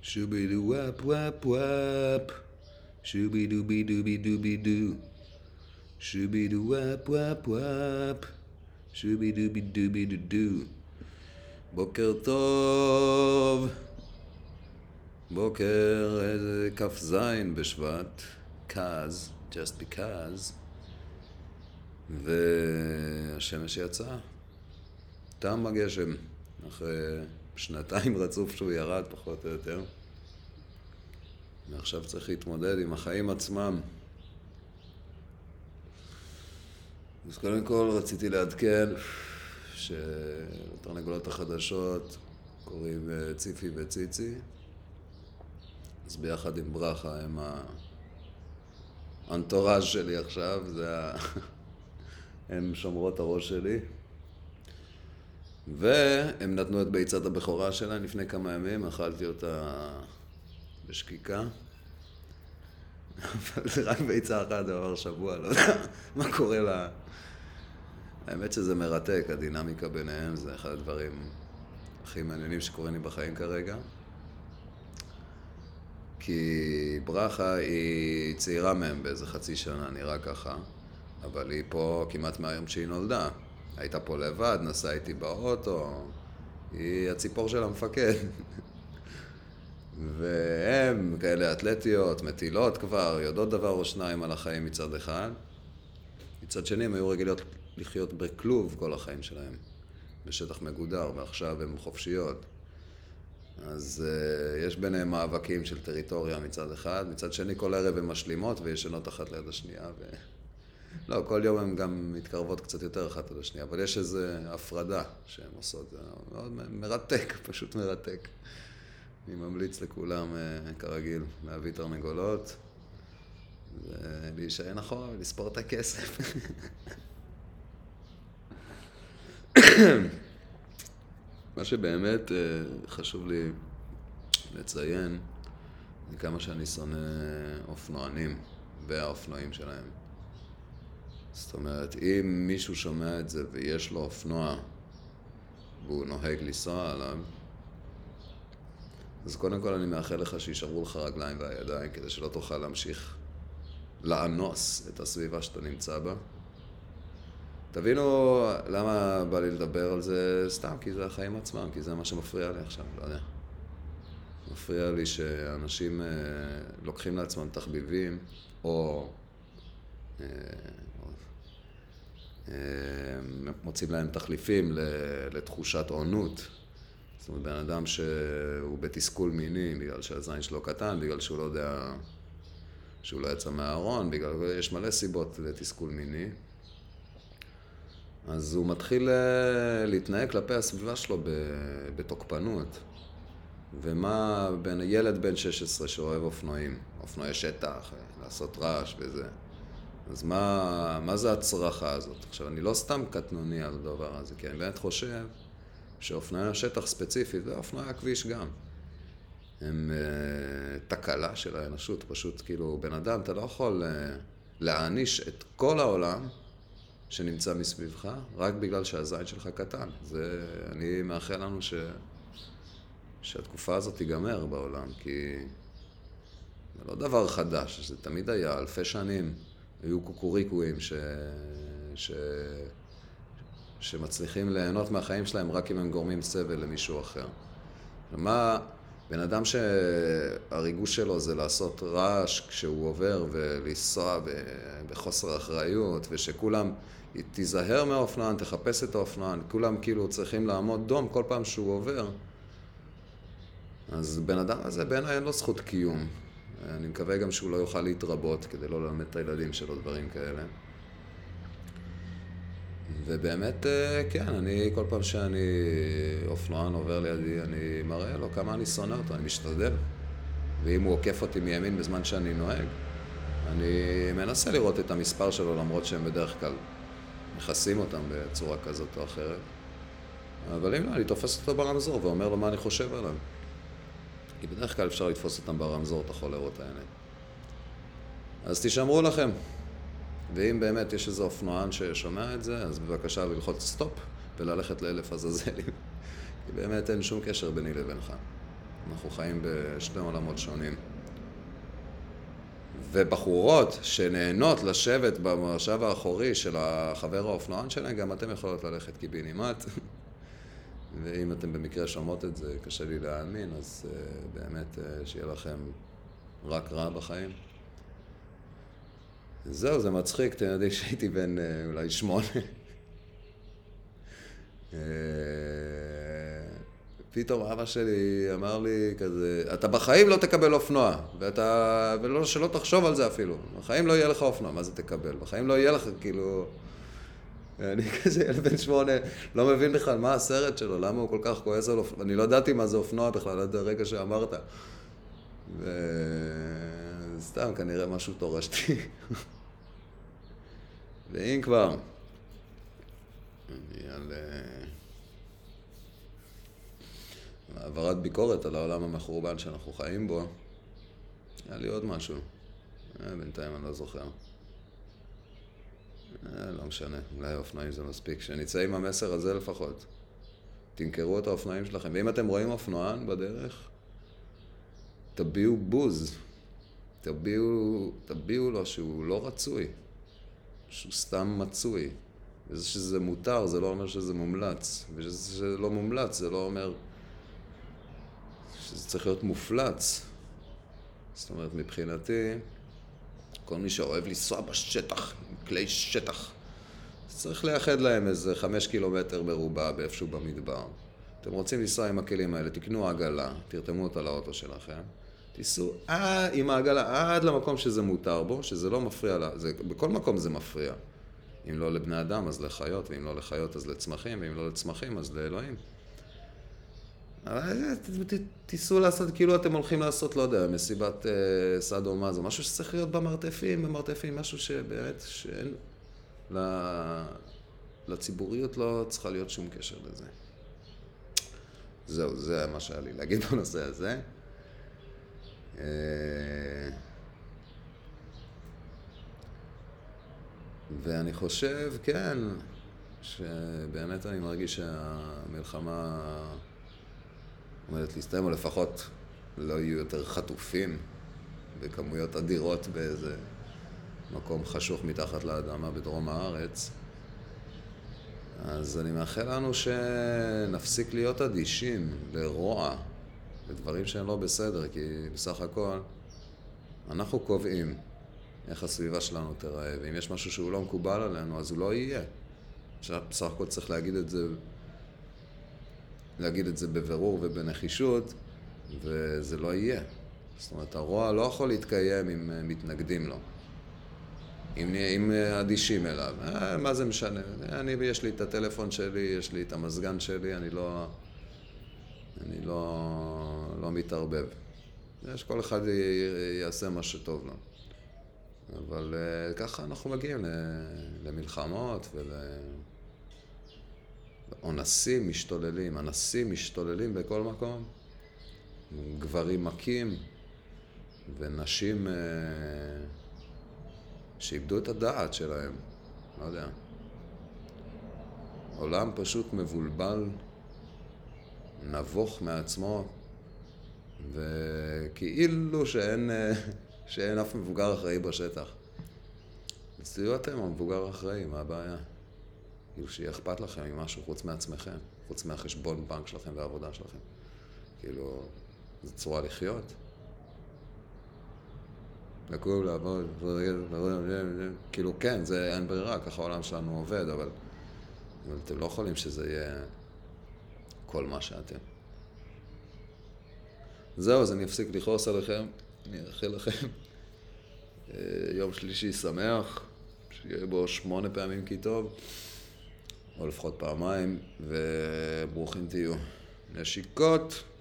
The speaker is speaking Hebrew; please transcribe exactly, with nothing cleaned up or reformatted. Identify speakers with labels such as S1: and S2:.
S1: שובי דו וואפ וואפ וואפ, שובי דובי דובי דובי דו, שובי דו וואפ וואפ וואפ, שובי דובי דובי דו דו. בוקר טוב, בוקר איזה כף זין בשבט, cause, just because, והשמש יצאה, תם הגשם, אחרי שנתיים רצוף שהוא ירד פחות או יותר, ועכשיו צריך להתמודד עם החיים עצמם. אז קודם כל רציתי לעדכן שהתרנגולות החדשות קוראים ציפי וציצי, אז ביחד עם ברכה הם האנטוראז' שלי עכשיו, זה ה... הם שומרות הראש שלי, והם נתנו את ביצת הבכורה שלהם לפני כמה ימים, אכלתי אותה בשקיקה, אבל זה רק ביצה אחת, זה עבר שבוע, לא יודע מה קורה לה. האמת שזה מרתק, הדינמיקה ביניהם, זה אחד הדברים הכי מעניינים שקורים לי בחיים כרגע. כי ברכה היא צעירה מהם באיזה חצי שנה, נראה ככה, אבל היא פה כמעט מהיום שהיא נולדה. הייתה פה לבד, נסעה איתי באוטו, היא הציפור של המפקד. והם כאלה אתלטיות, מטילות כבר, יודעות דבר או שניים על החיים מצד אחד. מצד שני הם היו רגילות לחיות בכלוב כל החיים שלהם, בשטח מגודר, ועכשיו הם חופשיות. אז uh, יש ביניהם מאבקים של טריטוריה מצד אחד, מצד שני כל ערב הם משלימות וישנות אחת ליד השנייה. ו... לא, כל יום הם גם מתקרבות קצת יותר אחת ליד השנייה, אבל יש איזו הפרדה שהן עושות, זה מאוד מרתק, פשוט מרתק. אני ממליץ לכולם, uh, כרגיל, להביא תרנגולות, ולהישען אחורה ולספור את הכסף. מה שבאמת חשוב לי לציין זה כמה שאני שונא אופנוענים והאופנועים שלהם. זאת אומרת, אם מישהו שומע את זה ויש לו אופנוע והוא נוהג לנסוע עליו, אז קודם כל אני מאחל לך שישארו לך רגליים והידיים כדי שלא תוכל להמשיך לאנוס את הסביבה שאתה נמצא בה. תבינו למה בא לי לדבר על זה סתם, כי זה החיים עצמם, כי זה מה שמפריע לי עכשיו, לא יודע. מפריע לי שאנשים אה, לוקחים לעצמם תחביבים, או אה, אה, מוצאים להם תחליפים לתחושת עונות. זאת אומרת, בן אדם שהוא בתסכול מיני, בגלל שהזין שלו קטן, בגלל שהוא לא יודע, שהוא לא יצא מהארון, בגלל יש מלא סיבות לתסכול מיני. אז הוא מתחיל להתנהג כלפי הסביבה שלו בתוקפנות. ומה בין ילד בן שש עשרה שאוהב אופנועים, אופנועי שטח, לעשות רעש וזה. אז מה, מה זה הצרחה הזאת? עכשיו, אני לא סתם קטנוני על הדבר הזה, כי אני באמת חושב שאופנועי השטח ספציפית, ואופנועי הכביש גם, הם uh, תקלה של האנושות. פשוט כאילו, בן אדם, אתה לא יכול uh, להעניש את כל העולם שנמצא מסביבך, רק בגלל שהזין שלך קטן. זה, אני מאחל לנו ש... שהתקופה הזאת תיגמר בעולם, כי זה לא דבר חדש, זה תמיד היה, אלפי שנים היו קוקוריקויים ש... ש... שמצליחים ליהנות מהחיים שלהם רק אם הם גורמים סבל למישהו אחר. ומה, בן אדם שהריגוש שלו זה לעשות רעש כשהוא עובר ולנסוע בחוסר אחריות, ושכולם תיזהר מהאופנוען, תחפש את האופנוען, כולם כאילו צריכים לעמוד דום כל פעם שהוא עובר. אז בן אדם הזה בעיניי אין לו זכות קיום. אני מקווה גם שהוא לא יוכל להתרבות כדי לא ללמד את הילדים שלו דברים כאלה. ובאמת, כן, אני כל פעם שאני אופנוען עובר לידי, אני מראה לו כמה אני שונא אותו, אני משתדל. ואם הוא עוקף אותי מימין בזמן שאני נוהג, אני מנסה לראות את המספר שלו, למרות שהם בדרך כלל מכסים אותם בצורה כזאת או אחרת. אבל אם לא, אני תופס אותו ברמזור ואומר לו מה אני חושב עליו. כי בדרך כלל אפשר לתפוס אותם ברמזור, אתה יכול לראות האמת. אז תשמרו לכם. ואם באמת יש איזה אופנוען ששומע את זה, אז בבקשה ללחוץ סטופ וללכת לאלף עזאזלים. כי באמת אין שום קשר ביני לבינך. אנחנו חיים בשני עולמות שונים. ובחורות שנהנות לשבת במושב האחורי של החבר האופנוען שלהם, גם אתם יכולות ללכת קיבינימט. ואם אתם במקרה שומעות את זה, קשה לי להאמין, אז uh, באמת uh, שיהיה לכם רק רע בחיים. זהו, זה מצחיק, אתם יודעים שהייתי בן uh, אולי שמונה. uh, פתאום אבא שלי אמר לי כזה, אתה בחיים לא תקבל אופנוע, ואתה, ולא, שלא תחשוב על זה אפילו. בחיים לא יהיה לך אופנוע, מה זה תקבל? בחיים לא יהיה לך, כאילו... אני כזה ילד בן שמונה, לא מבין בכלל מה הסרט שלו, למה הוא כל כך כועס על אופנוע, אני לא ידעתי מה זה אופנוע בכלל עד הרגע שאמרת. וסתם כנראה משהו תורשתי. ואם כבר, אני על העברת ביקורת על העולם המחורבן שאנחנו חיים בו, היה לי עוד משהו. בינתיים אני לא זוכר. לא משנה, אולי האופנועים זה מספיק. שנצא עם המסר הזה לפחות. תנקרו את האופנועים שלכם. ואם אתם רואים אופנוען בדרך, תביאו בוז. תביאו, תביאו לו שהוא לא רצוי. שהוא סתם מצוי. וזה שזה מותר, זה לא אומר שזה מומלץ. ושזה לא מומלץ, זה לא אומר שזה צריך להיות מופלץ. זאת אומרת, מבחינתי, כל מי שאוהב לנסוע בשטח, עם כלי שטח, צריך לייחד להם איזה חמש קילומטר ברובע באיפשהו במדבר. אתם רוצים לנסוע עם הכלים האלה, תקנו עגלה, תרתמו אותה לאוטו שלכם, תיסעו אה, עם העגלה עד למקום שזה מותר בו, שזה לא מפריע לה, זה, בכל מקום זה מפריע. אם לא לבני אדם, אז לחיות, ואם לא לחיות, אז לצמחים, ואם לא לצמחים, אז לאלוהים. אבל תיסעו לעשות, כאילו אתם הולכים לעשות, לא יודע, מסיבת אה, סדו מה, זה משהו שצריך להיות במרתפים, במרתפים, משהו שבאמת, שאין, לציבוריות לא צריכה להיות שום קשר לזה. זהו, זה מה שהיה לי להגיד בנושא הזה. אה, ואני חושב, כן, שבאמת אני מרגיש שהמלחמה עומדת להסתיים, או לפחות לא יהיו יותר חטופים בכמויות אדירות באיזה מקום חשוך מתחת לאדמה בדרום הארץ. אז אני מאחל לנו שנפסיק להיות אדישים לרוע, לדברים שהם לא בסדר, כי בסך הכל אנחנו קובעים איך הסביבה שלנו תראה, ואם יש משהו שהוא לא מקובל עלינו, אז הוא לא יהיה. בסך הכל צריך להגיד את זה, להגיד את זה בבירור ובנחישות, וזה לא יהיה. זאת אומרת, הרוע לא יכול להתקיים אם מתנגדים לו. אם, אם אדישים אליו. אה, מה זה משנה? אני, יש לי את הטלפון שלי, יש לי את המזגן שלי, אני לא, אני לא, לא מתערבב. יש כל אחד יעשה מה שטוב לו. אבל uh, ככה אנחנו מגיעים למלחמות ולאונסים משתוללים, אנסים משתוללים בכל מקום, גברים מכים ונשים uh, שאיבדו את הדעת שלהם, לא יודע. עולם פשוט מבולבל, נבוך מעצמו, וכאילו שאין... שאין אף מבוגר אחראי בשטח. אז תהיו אתם המבוגר אחראי, מה הבעיה? כאילו שיהיה אכפת לכם עם משהו חוץ מעצמכם, חוץ מהחשבון בנק שלכם והעבודה שלכם. כאילו, זו צורה לחיות. לקום, לעבוד, כאילו כן, זה אין ברירה, ככה העולם שלנו עובד, אבל, אבל אתם לא יכולים שזה יהיה כל מה שאתם. זהו, אז אני אפסיק לכעוס עליכם. אני אאחל לכם יום שלישי שמח, שיהיה בו שמונה פעמים כי טוב, או לפחות פעמיים, וברוכים תהיו. נשיקות.